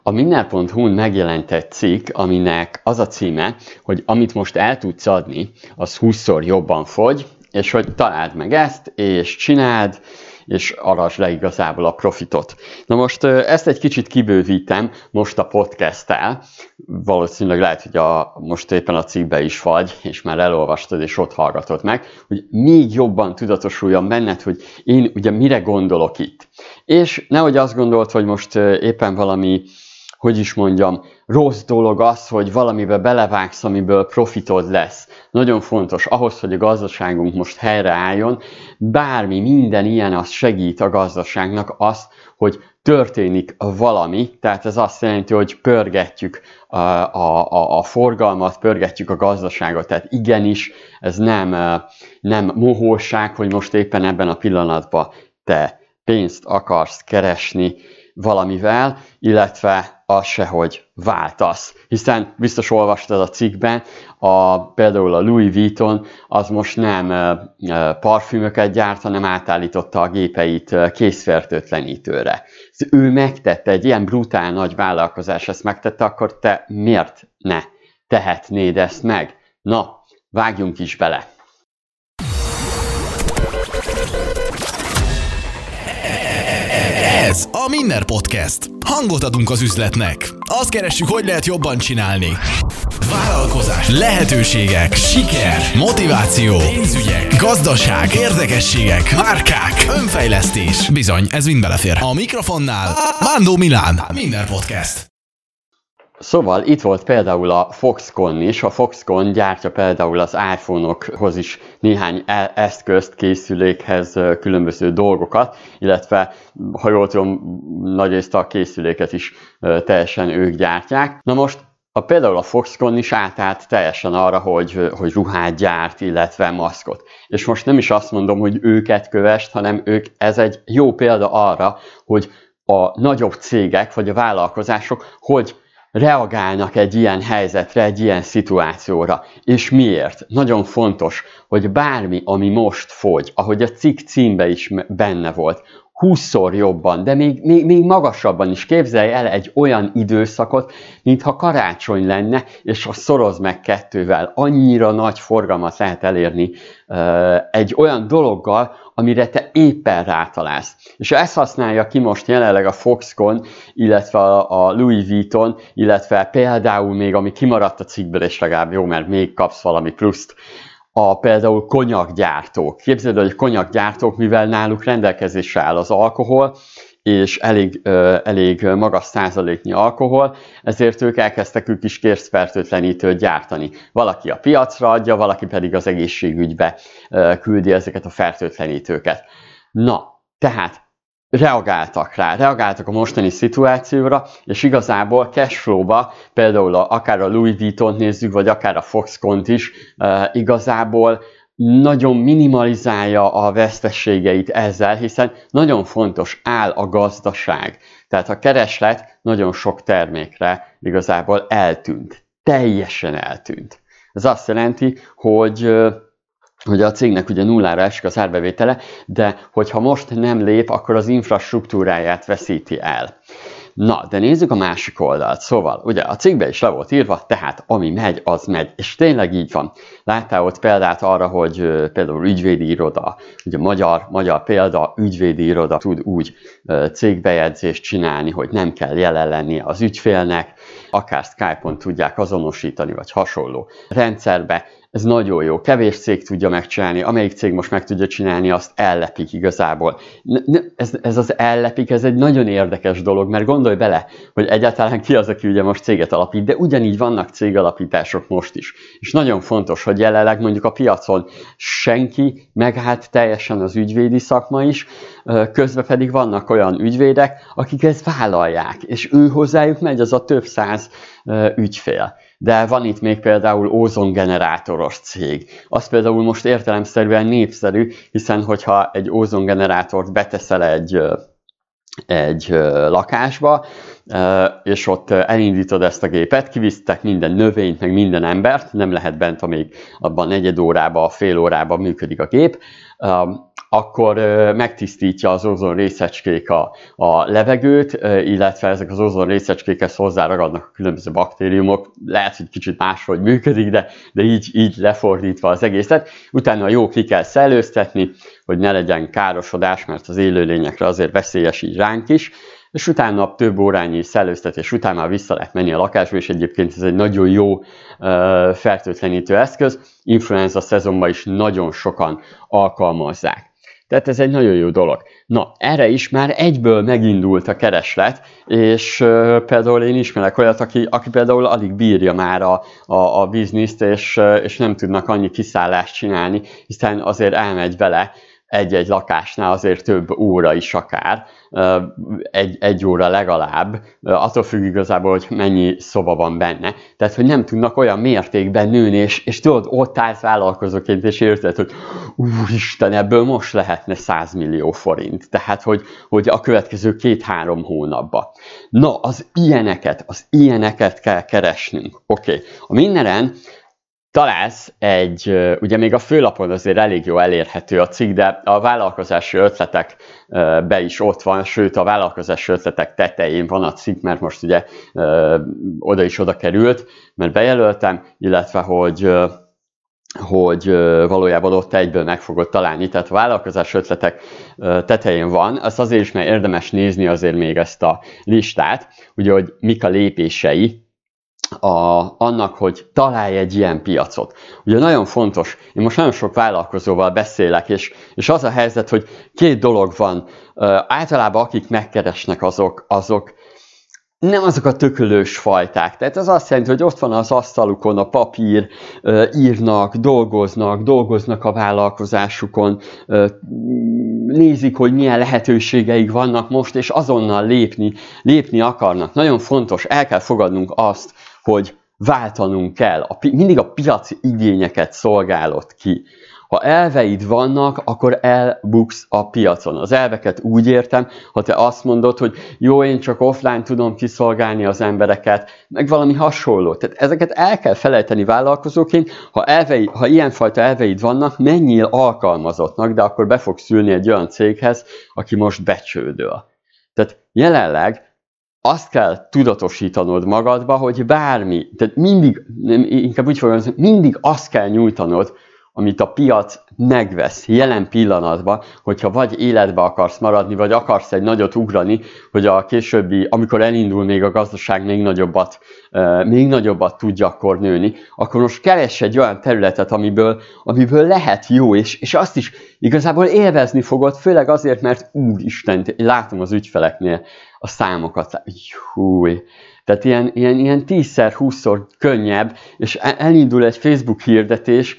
A Minner.hu-n megjelent egy cikk, aminek az a címe, hogy amit most el tudsz adni, az 20-szor jobban fogy, és hogy találd meg ezt, és csináld, és arasd le igazából a profitot. Na most ezt egy kicsit kibővítem most a podcasttel. Valószínűleg lehet, hogy most éppen a cikkbe is vagy, és már elolvastad, és ott hallgatod meg, hogy még jobban tudatosuljon benned, hogy én ugye mire gondolok itt. És nehogy azt gondolt, hogy most éppen valami, hogy is mondjam, rossz dolog az, hogy valamibe belevágsz, amiből profitod lesz. Nagyon fontos, ahhoz, hogy a gazdaságunk most helyreálljon, minden ilyen az segít a gazdaságnak azt, hogy történik valami, tehát ez azt jelenti, hogy pörgetjük a forgalmat, pörgetjük a gazdaságot, tehát igenis ez nem mohóság, hogy most éppen ebben a pillanatban te pénzt akarsz keresni valamivel, illetve az se, hogy váltasz. Hiszen biztos olvastad a cikkben, például a Louis Vuitton az most nem parfümöket gyárt, hanem átállította a gépeit készfertőtlenítőre. Ő megtette, egy ilyen brutál nagy vállalkozás ezt megtette, akkor te miért ne tehetnéd ezt meg? Na, vágjunk is bele! Ez a Minner Podcast. Hangot adunk az üzletnek. Azt keressük, hogy lehet jobban csinálni. Vállalkozás, lehetőségek, siker, motiváció, pénzügyek, gazdaság, érdekességek, márkák, önfejlesztés. Bizony, ez mind belefér. A mikrofonnál Mándó Milán, Minner Podcast. Szóval itt volt például a Foxconn is. A Foxconn gyártja például az iPhone-okhoz is néhány eszközt, készülékhez különböző dolgokat, illetve, ha jól tudom, nagyrészt a készüléket is teljesen ők gyártják. Na most például a Foxconn is átállt teljesen arra, hogy ruhát gyárt, illetve maszkot. És most nem is azt mondom, hogy őket kövesd, hanem ez egy jó példa arra, hogy a nagyobb cégek vagy a vállalkozások hogy reagálnak egy ilyen helyzetre, egy ilyen szituációra. És miért? Nagyon fontos, hogy bármi, ami most fogy, ahogy a cikk címbe is benne volt, 20-szor jobban, de még magasabban is képzelj el egy olyan időszakot, mintha karácsony lenne, és szorozd meg 2-vel. Annyira nagy forgalmat lehet elérni egy olyan dologgal, amire te éppen rátalálsz. És ezt használja ki most jelenleg a Foxconn, illetve a Louis Vuitton, illetve például még, ami kimaradt a cikkből, és legalább jó, mert még kapsz valami pluszt, például konyakgyártók. Képzeld, hogy a konyakgyártók, mivel náluk rendelkezésre áll az alkohol, és elég magas százaléknyi alkohol, ezért ők elkezdtek is készfertőtlenítőt gyártani. Valaki a piacra adja, valaki pedig az egészségügybe küldi ezeket a fertőtlenítőket. Na, tehát reagáltak a mostani szituációra, és igazából cashflow-ba, például akár a Louis Vuitton nézzük, vagy akár a Foxconn-t is, igazából nagyon minimalizálja a veszteségeit ezzel, hiszen nagyon fontos, áll a gazdaság. Tehát a kereslet nagyon sok termékre igazából eltűnt. Teljesen eltűnt. Ez azt jelenti, hogy a cégnek ugye nullára esik az árbevétele, de hogyha most nem lép, akkor az infrastruktúráját veszíti el. Na, de nézzük a másik oldalt. Szóval, ugye a cikkben is le volt írva, tehát ami megy, az megy. És tényleg így van. Láttál ott példát arra, hogy például ügyvédi iroda, ugye magyar példa, ügyvédi iroda tud úgy cégbejegyzést csinálni, hogy nem kell jelen lennie az ügyfélnek, akár Skype-on tudják azonosítani, vagy hasonló rendszerbe. Ez nagyon jó. Kevés cég tudja megcsinálni, amelyik cég most meg tudja csinálni, azt ellepik igazából. Ez az ellepik, ez egy nagyon érdekes dolog, mert gondolj bele, hogy egyáltalán ki az, aki ugye most céget alapít, de ugyanígy vannak cégalapítások most is. És nagyon fontos, hogy jelenleg mondjuk a piacon senki megállt teljesen az ügyvédi szakma is, közben pedig vannak olyan ügyvédek, akik ezt vállalják, és hozzájuk megy az a több száz ügyfél. De van itt még például ózongenerátoros cég. Az például most értelemszerűen népszerű, hiszen hogyha egy ózongenerátort beteszel egy lakásba, és ott elindítod ezt a gépet, kivisztek minden növényt, meg minden embert, nem lehet bent, amíg abban negyed órában, fél órában működik a gép, akkor megtisztítja az ozon részecskék a levegőt, illetve ezek az ozon részecskékhez hozzáragadnak a különböző baktériumok. Lehet, hogy kicsit máshogy működik, de így lefordítva az egészet. Utána jó ki kell szellőztetni, hogy ne legyen károsodás, mert az élőlényekre azért veszélyes így ránk is. És utána több órányi szellőztetés után már vissza lehet menni a lakásba, és egyébként ez egy nagyon jó fertőtlenítő eszköz. Influenza szezonban is nagyon sokan alkalmazzák. Tehát ez egy nagyon jó dolog. Na, erre is már egyből megindult a kereslet, és például én ismerek olyat, aki például alig bírja már a bizniszt, és nem tudnak annyi kiszállást csinálni, hiszen azért elmegy vele egy-egy lakásnál azért több óra is akár, egy óra legalább, attól függ igazából, hogy mennyi szoba van benne. Tehát, hogy nem tudnak olyan mértékben nőni, és tudod, ott állsz vállalkozóként, és érted, hogy úristen, ebből most lehetne 100 millió forint. Tehát, hogy a következő 2-3 hónapban. Na, az ilyeneket kell keresnünk. Oké. A Minneren találsz ugye még a főlapon azért elég jó elérhető a cikk, de a vállalkozási ötletekbe is ott van, sőt a vállalkozási ötletek tetején van a cikk, mert most ugye oda került, mert bejelöltem, illetve hogy valójában ott egyből meg fogod találni. Tehát a vállalkozási ötletek tetején van, az azért is, mert érdemes nézni azért még ezt a listát, ugye, hogy mik a lépései annak, hogy találj egy ilyen piacot. Ugye nagyon fontos, én most nagyon sok vállalkozóval beszélek, és az a helyzet, hogy 2 dolog van. Általában akik megkeresnek, azok nem azok a tökölős fajták. Tehát ez azt jelenti, hogy ott van az asztalukon a papír, írnak, dolgoznak a vállalkozásukon, nézik, hogy milyen lehetőségeik vannak most, és azonnal lépni akarnak. Nagyon fontos, el kell fogadnunk azt, hogy váltanunk kell. Mindig a piaci igényeket szolgálod ki. Ha elveid vannak, akkor elbuksz a piacon. Az elveket úgy értem, ha te azt mondod, hogy jó, én csak offline tudom kiszolgálni az embereket, meg valami hasonló. Tehát ezeket el kell felejteni vállalkozóként, ha ilyenfajta elveid vannak, menjél alkalmazottnak, de akkor be fogsz ülni egy olyan céghez, aki most becsődöl. Tehát jelenleg azt kell tudatosítanod magadba, hogy tehát mindig azt kell nyújtanod, amit a piac megvesz jelen pillanatban, hogyha vagy életbe akarsz maradni, vagy akarsz egy nagyot ugrani, hogy a későbbi, amikor elindul még a gazdaság még nagyobbat tudja akkor nőni, akkor most keress egy olyan területet, amiből lehet jó, és azt is igazából élvezni fogod, főleg azért, mert úristen, látom az ügyfeleknél a számokat, tehát ilyen 10-20-szor könnyebb, és elindul egy Facebook hirdetés,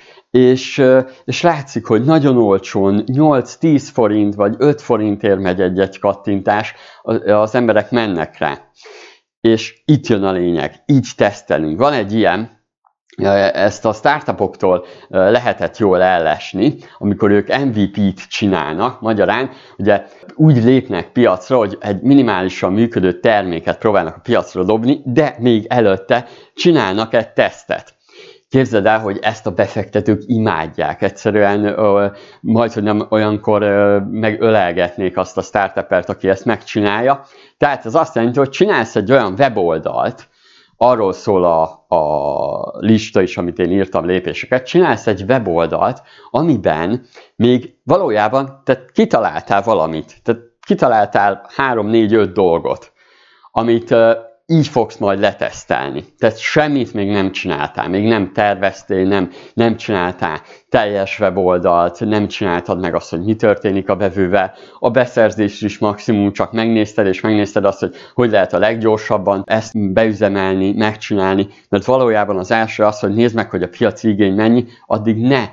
és látszik, hogy nagyon olcsón 8-10 forint vagy 5 forintért megy egy kattintás, az emberek mennek rá. És itt jön a lényeg, így tesztelünk. Van egy ilyen, ezt a startupoktól lehetett jól ellesni, amikor ők MVP-t csinálnak, magyarán ugye úgy lépnek piacra, hogy egy minimálisan működő terméket próbálnak a piacra dobni, de még előtte csinálnak egy tesztet. Képzeld el, hogy ezt a befektetők imádják. Egyszerűen majdhogy nem olyankor megölelgetnék azt a startupert, aki ezt megcsinálja. Tehát ez azt jelenti, hogy csinálsz egy olyan weboldalt, arról szól a lista is, amit én írtam lépéseket, csinálsz egy weboldalt, amiben még valójában te kitaláltál valamit. Tehát kitaláltál 3-4-5 dolgot, amit így fogsz majd letesztelni. Tehát semmit még nem csináltál, még nem terveztél, nem csináltál teljes weboldalt, nem csináltad meg azt, hogy mi történik a vevővel. A beszerzést is maximum csak megnézted, és megnézted azt, hogy lehet a leggyorsabban ezt beüzemelni, megcsinálni. Mert valójában az első az, hogy nézd meg, hogy a piaci igény mennyi, addig ne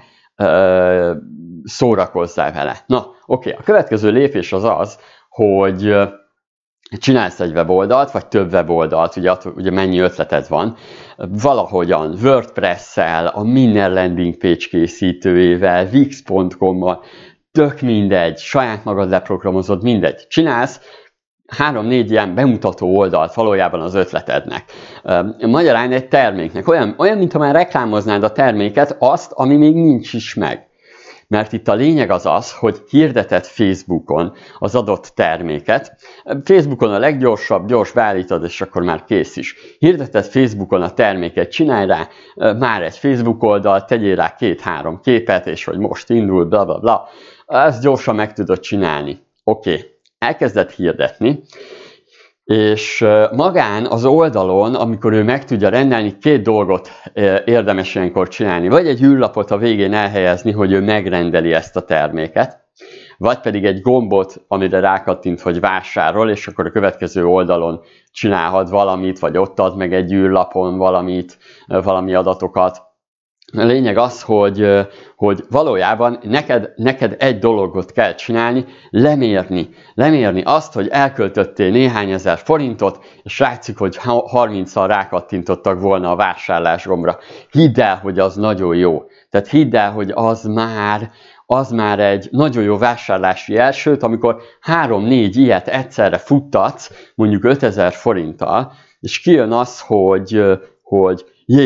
szórakozzál vele. Na, oké, a következő lépés az, hogy csinálsz egy weboldalt, vagy több weboldalt, ugye mennyi ötleted van, valahogyan WordPress-szel, a Minner landing page készítőjével, Wix.com-mal, tök mindegy, saját magad leprogramozod, mindegy. Csinálsz 3-4 ilyen bemutató oldalt valójában az ötletednek. Magyarán egy terméknek, olyan, mintha már reklámoznád a terméket, azt, ami még nincs is meg. Mert itt a lényeg az, hogy hirdetett Facebookon az adott terméket. Facebookon a leggyorsabb, gyors beállítod, és akkor már kész is. Hirdetett Facebookon a terméket, csinálj rá már egy Facebook oldalt, tegyél rá 2-3 képet, és hogy most indul, bla bla bla. Ezt gyorsan meg tudod csinálni. Oké. Elkezdett hirdetni, és magán az oldalon, amikor ő meg tudja rendelni, 2 dolgot érdemes ilyenkor csinálni. Vagy egy űrlapot a végén elhelyezni, hogy ő megrendeli ezt a terméket, vagy pedig egy gombot, amire rákattint, hogy vásárol, és akkor a következő oldalon csinálhat valamit, vagy ott ad meg egy űrlapon valami adatokat. A lényeg az, hogy valójában neked egy dologot kell csinálni, lemérni azt, hogy elköltöttél néhány ezer forintot, és látszik, hogy 30-szal rákattintottak volna a vásárlás gombra. Hidd el, hogy az nagyon jó. Tehát hidd el, hogy az már egy nagyon jó vásárlási jel, sőt, amikor 3-4 ilyet egyszerre futtatsz, mondjuk 5000 forinttal, és kijön az, hogy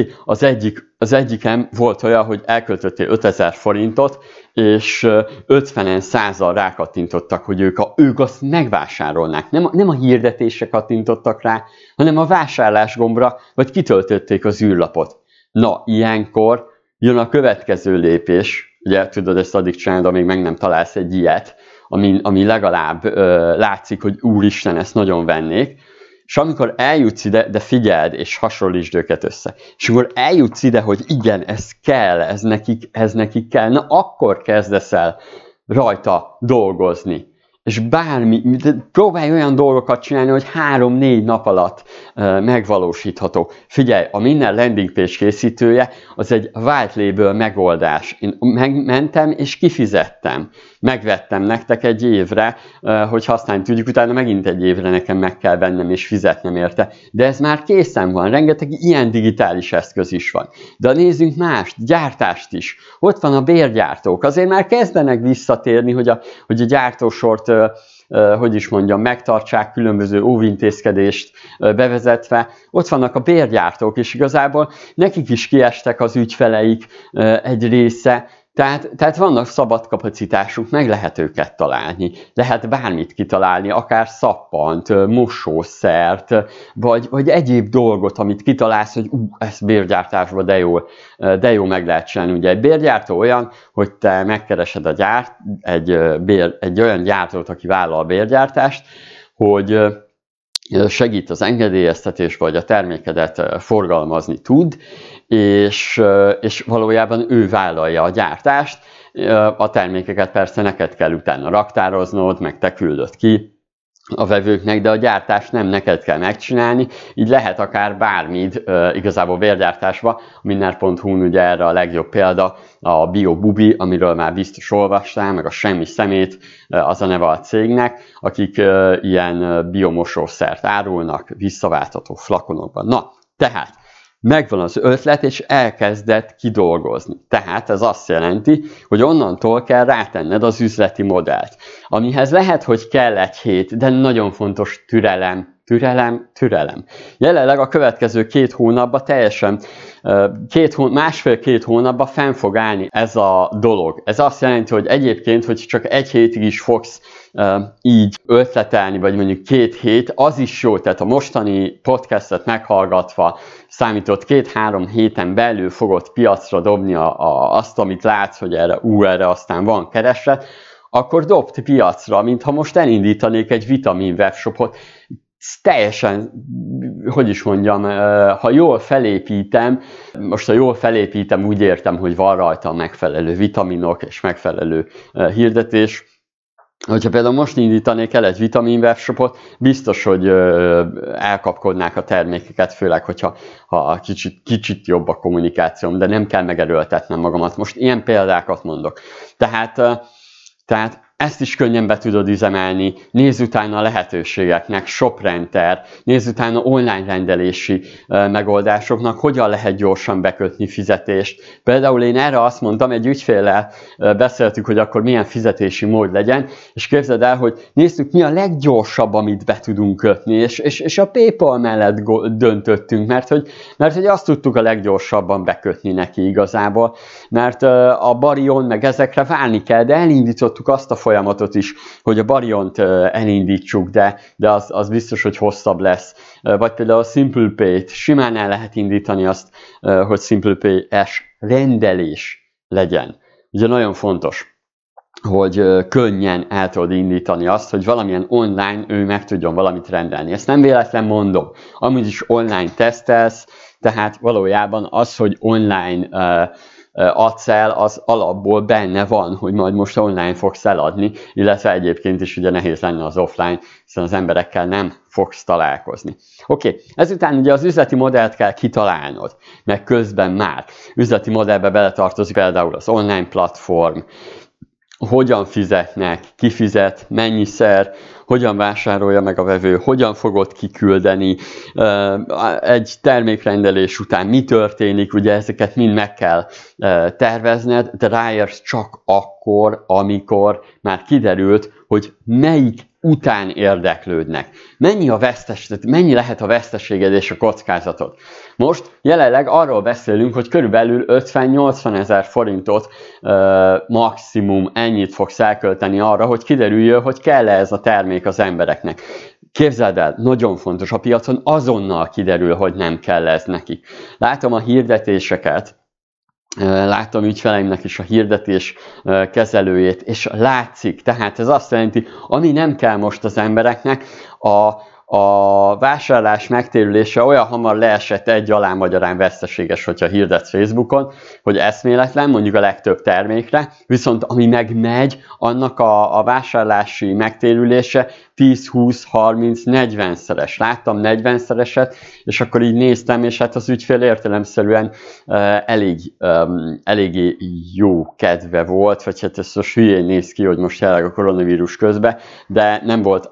az egyikem volt olyan, hogy elköltöttél 5000 forintot, és 50-en 100-al rákattintottak, hogy ők azt megvásárolnák. Nem a hirdetésre kattintottak rá, hanem a vásárlás gombra, vagy kitöltötték az űrlapot. Na, ilyenkor jön a következő lépés, ugye tudod, ezt addig csinálod, amíg meg nem találsz egy ilyet, ami legalább látszik, hogy úristen, ezt nagyon vennék. És amikor eljutsz ide, de figyeld, és hasonlítsd őket össze. És amikor eljutsz ide, hogy igen, ez kell, ez nekik kell, na akkor kezdesz el rajta dolgozni. És próbálj olyan dolgokat csinálni, hogy 3-4 nap alatt megvalósítható. Figyelj, a minden landing page készítője az egy white label megoldás. Én megmentem és kifizettem. Megvettem nektek egy évre, hogy használni tudjuk, utána megint egy évre nekem meg kell vennem és fizetnem érte. De ez már készen van, rengeteg ilyen digitális eszköz is van. De nézzünk mást, gyártást is. Ott van a bérgyártók. Azért már kezdenek visszatérni, hogy a gyártósort megtartsák, különböző óvintézkedést bevezetve. Ott vannak a bérgyártók, és igazából nekik is kiestek az ügyfeleik egy része, tehát vannak szabad kapacitásuk, meg lehet őket találni. Lehet bármit kitalálni, akár szappant, mosószert, vagy egyéb dolgot, amit kitalálsz, hogy ezt bérgyártásban de jó meg lehet csinálni. Ugye egy bérgyártó olyan, hogy te megkeresed egy olyan gyártót, aki vállal a bérgyártást, hogy segít az engedélyeztetés, vagy a termékedet forgalmazni tud, és valójában ő vállalja a gyártást, a termékeket persze neked kell utána raktároznod, meg te küldöd ki a vevőknek, de a gyártást nem neked kell megcsinálni, így lehet akár bármit igazából bérgyártásba. A Minner.hu-n ugye erre a legjobb példa a BioBubi, amiről már biztos olvastál, meg a Semmi Szemét, az a neve a cégnek, akik ilyen biomosószert árulnak visszaváltható flakonokban. Na, tehát megvan az ötlet, és elkezdett kidolgozni. Tehát ez azt jelenti, hogy onnantól kell rátenned az üzleti modellt, amihez lehet, hogy kell egy hét, de nagyon fontos türelem. Jelenleg a következő 2 hónapban teljesen, 1,5-2 hónapban fenn fog állni ez a dolog. Ez azt jelenti, hogy egyébként, hogy csak 1 hétig is fogsz így ötletelni, vagy mondjuk 2 hét, az is jó, tehát a mostani podcastet meghallgatva számított 2-3 héten belül fogod piacra dobni azt, amit látsz, hogy erre aztán van kereslet, akkor dobd piacra, mintha most elindítanék egy vitamin webshopot. Teljesen, ha jól felépítem, úgy értem, hogy van rajta megfelelő vitaminok és megfelelő hirdetés. Hogyha például most indítanék el egy vitamin webshopot, biztos, hogy elkapkodnák a termékeket, főleg, hogyha kicsit jobb a kommunikációm, de nem kell megerőltetnem magamat. Most ilyen példákat mondok. Tehát ezt is könnyen be tudod üzemelni, nézz utána a lehetőségeknek, ShopRenter, nézz utána online rendelési megoldásoknak, hogyan lehet gyorsan bekötni fizetést. Például én erre azt mondtam, egy ügyféllel beszéltük, hogy akkor milyen fizetési mód legyen, és képzeld el, hogy néztük, mi a leggyorsabb, amit be tudunk kötni, és a PayPal mellett döntöttünk, mert hogy azt tudtuk a leggyorsabban bekötni neki igazából, mert a Barion meg ezekre várni kell, de elindítottuk azt a folyamatot is, hogy a Bariont elindítsuk, de az biztos, hogy hosszabb lesz. Vagy például a SimplePay-t simán el lehet indítani azt, hogy SimplePay-es rendelés legyen. Ugye nagyon fontos, hogy könnyen el tudod indítani azt, hogy valamilyen online ő meg tudjon valamit rendelni. Ezt nem véletlen mondom. Amúgy is online tesztelsz, tehát valójában az, hogy online adsz el, az alapból benne van, hogy majd most online fogsz eladni, illetve egyébként is ugye nehéz lenne az offline, hiszen az emberekkel nem fogsz találkozni. Oké, ezután ugye az üzleti modellt kell kitalálnod, meg közben már üzleti modellbe beletartozik például az online platform, hogyan fizetnek, ki fizet, mennyiszer, hogyan vásárolja meg a vevő, hogyan fogod kiküldeni, egy termékrendelés után mi történik, ugye ezeket mind meg kell tervezned, de ráérsz csak akkor, amikor már kiderült, hogy melyik után érdeklődnek. Mennyi lehet a veszteséged és a kockázatod? Most jelenleg arról beszélünk, hogy körülbelül 50-80 ezer forintot maximum ennyit fogsz elkölteni arra, hogy kiderüljön, hogy kell-e ez a termék az embereknek. Képzeld el, nagyon fontos, a piacon azonnal kiderül, hogy nem kell ez nekik. Látom a hirdetéseket, láttam ügyfeleimnek is a hirdetés kezelőjét, és látszik, tehát ez azt jelenti, ami nem kell most az embereknek, a vásárlás megtérülése olyan hamar leesett egy alá magyarán veszteséges, hogyha hirdetsz Facebookon, hogy eszméletlen, mondjuk a legtöbb termékre, viszont ami megmegy, annak a vásárlási megtérülése 10-20-30-40-szeres. Láttam 40-szereset, és akkor így néztem, és hát az ügyfél értelemszerűen eléggé jó kedve volt, vagy hát ez most hülyén néz ki, hogy most jelenleg a koronavírus közben, de nem volt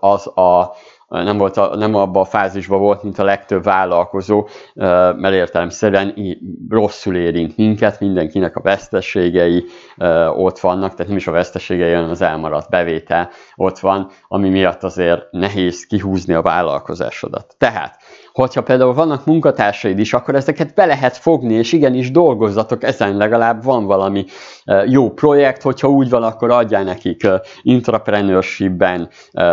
nem abban a fázisban volt, mint a legtöbb vállalkozó, mert értelemszerűen rosszul érint minket, mindenkinek a veszteségei ott vannak, tehát nem is a veszteségei, hanem az elmaradt bevétel ott van, ami miatt azért nehéz kihúzni a vállalkozásodat. Tehát, hogyha például vannak munkatársaid is, akkor ezeket be lehet fogni, és igenis dolgozzatok, ezen legalább van valami jó projekt, hogyha úgy van, akkor adjál nekik intrapreneurship-ben,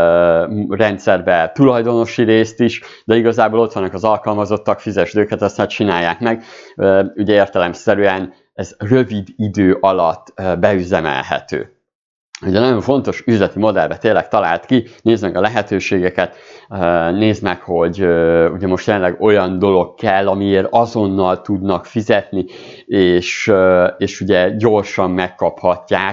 rendszerben tulajdonosi részt is, de igazából ott vannak az alkalmazottak, fizesd őket, azt hát csinálják meg. Ugye értelemszerűen ez rövid idő alatt beüzemelhető. Ugye nagyon fontos üzleti modellbe tényleg talált ki, nézd meg a lehetőségeket, nézd meg, hogy ugye most jelenleg olyan dolog kell, amiért azonnal tudnak fizetni, és ugye gyorsan megkaphatják,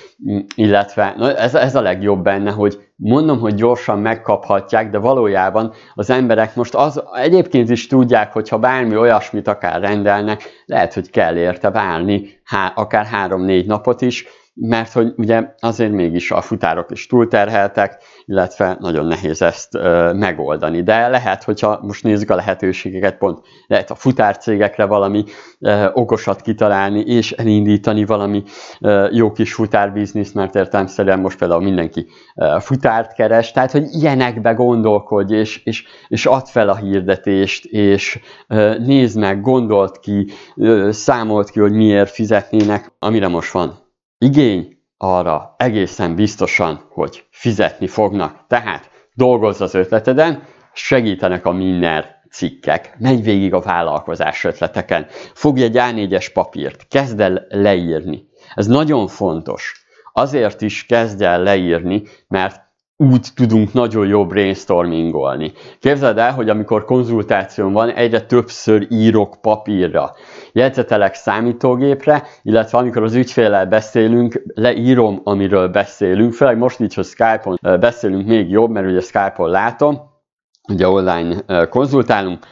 illetve ez a legjobb benne, hogy mondom, hogy gyorsan megkaphatják, de valójában az emberek most egyébként is tudják, hogy ha bármi olyasmit akár rendelnek, lehet, hogy kell érte várni akár 3-4 napot is, mert hogy ugye azért mégis a futárok is túlterheltek, illetve nagyon nehéz ezt megoldani. De lehet, hogyha most nézzük a lehetőségeket, pont lehet a futárcégekre valami okosat kitalálni, és elindítani valami jó kis futárbizniszt, mert értelemszerűen most például mindenki futárt keres, tehát hogy ilyenekbe gondolkodj, és add fel a hirdetést, és nézd meg, gondold ki, számold ki, hogy miért fizetnének, amire most van igény, arra egészen biztosan, hogy fizetni fognak. Tehát dolgozz az ötleteden, segítenek a Minner cikkek, menj végig a vállalkozás ötleteken, fogj egy A4-es papírt, kezd el leírni. Ez nagyon fontos. Azért is kezd el leírni, mert úgy tudunk nagyon jó brainstormingolni. Képzeld el, hogy amikor konzultáción van, egyre többször írok papírra. Jegyzetelek számítógépre, illetve amikor az ügyféllel beszélünk, leírom, amiről beszélünk. Főleg most így, hogy Skype-on beszélünk még jobb, mert ugye Skype-on látom, ugye online konzultálunk.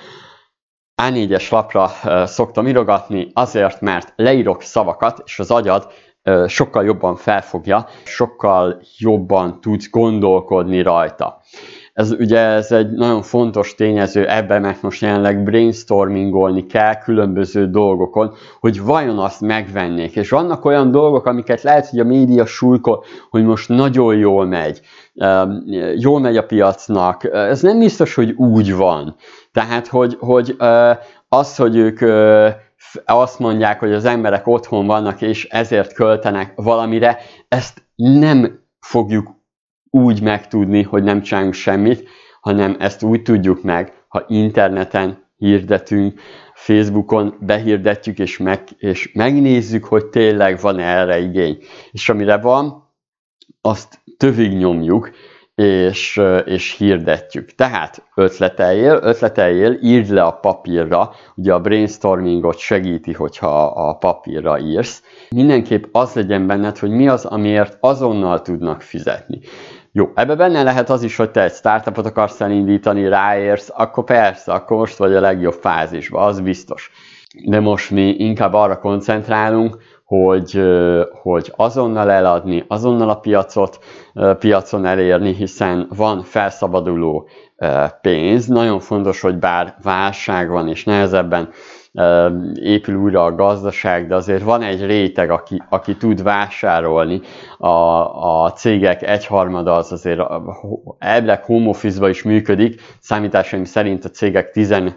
A4-es lapra szoktam írogatni, azért, mert leírok szavakat, és az agyad sokkal jobban felfogja, sokkal jobban tudsz gondolkodni rajta. Ez egy nagyon fontos tényező ebben, mert most jelenleg brainstormingolni kell különböző dolgokon, hogy vajon azt megvennék. És vannak olyan dolgok, amiket lehet, hogy a média súlykol, hogy most nagyon jól megy a piacnak. Ez nem biztos, hogy úgy van. Tehát, hogy az, hogy ők azt mondják, hogy az emberek otthon vannak, és ezért költenek valamire, ezt nem fogjuk úgy megtudni, hogy nem csinálunk semmit, hanem ezt úgy tudjuk meg, ha interneten hirdetünk, Facebookon behirdetjük, és megnézzük, hogy tényleg van erre igény. És amire van, azt tövig nyomjuk, és hirdetjük. Tehát ötleteljél, írd le a papírra, ugye a brainstormingot segíti, hogyha a papírra írsz. Mindenképp az legyen benned, hogy mi az, amiért azonnal tudnak fizetni. Jó, ebbe benne lehet az is, hogy te egy startupot akarsz elindítani, ráérsz, akkor persze, akkor most vagy a legjobb fázisban, az biztos. De most mi inkább arra koncentrálunk, hogy azonnal eladni, azonnal a piacon elérni, hiszen van felszabaduló pénz. Nagyon fontos, hogy bár válság van és nehezebben épül újra a gazdaság, de azért van egy réteg, aki tud vásárolni. A cégek egyharmada az azért elvileg home office-ban is működik, számításaim szerint a cégek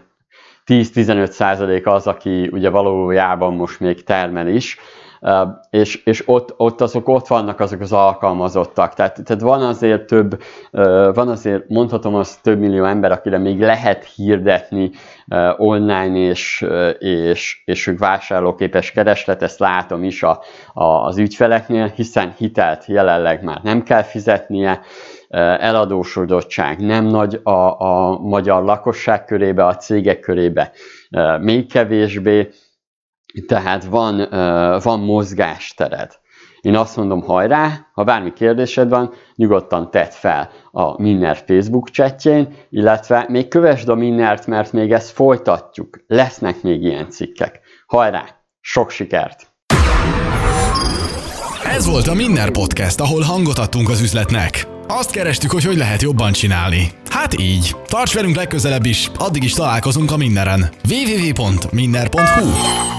10-15% az, aki ugye valójában most még termel is, és ott vannak azok az alkalmazottak. Tehát van azért mondhatom azt több millió ember, akire még lehet hirdetni online, és ők vásárlóképes kereslet, ezt látom is az ügyfeleknél, hiszen hitelt jelenleg már nem kell fizetnie, eladósodottság nem nagy a magyar lakosság körébe, a cégek körébe még kevésbé, tehát van mozgástered. Én azt mondom, hajrá, ha bármi kérdésed van, nyugodtan tedd fel a Minner Facebook chatjén, illetve még kövesd a Minnert, mert még ezt folytatjuk. Lesznek még ilyen cikkek. Hajrá, sok sikert! Ez volt a Minner Podcast, ahol hangot adtunk az üzletnek. Azt kerestük, hogy lehet jobban csinálni. Hát így. Tarts velünk legközelebb is, addig is találkozunk a Minneren. www.minner.hu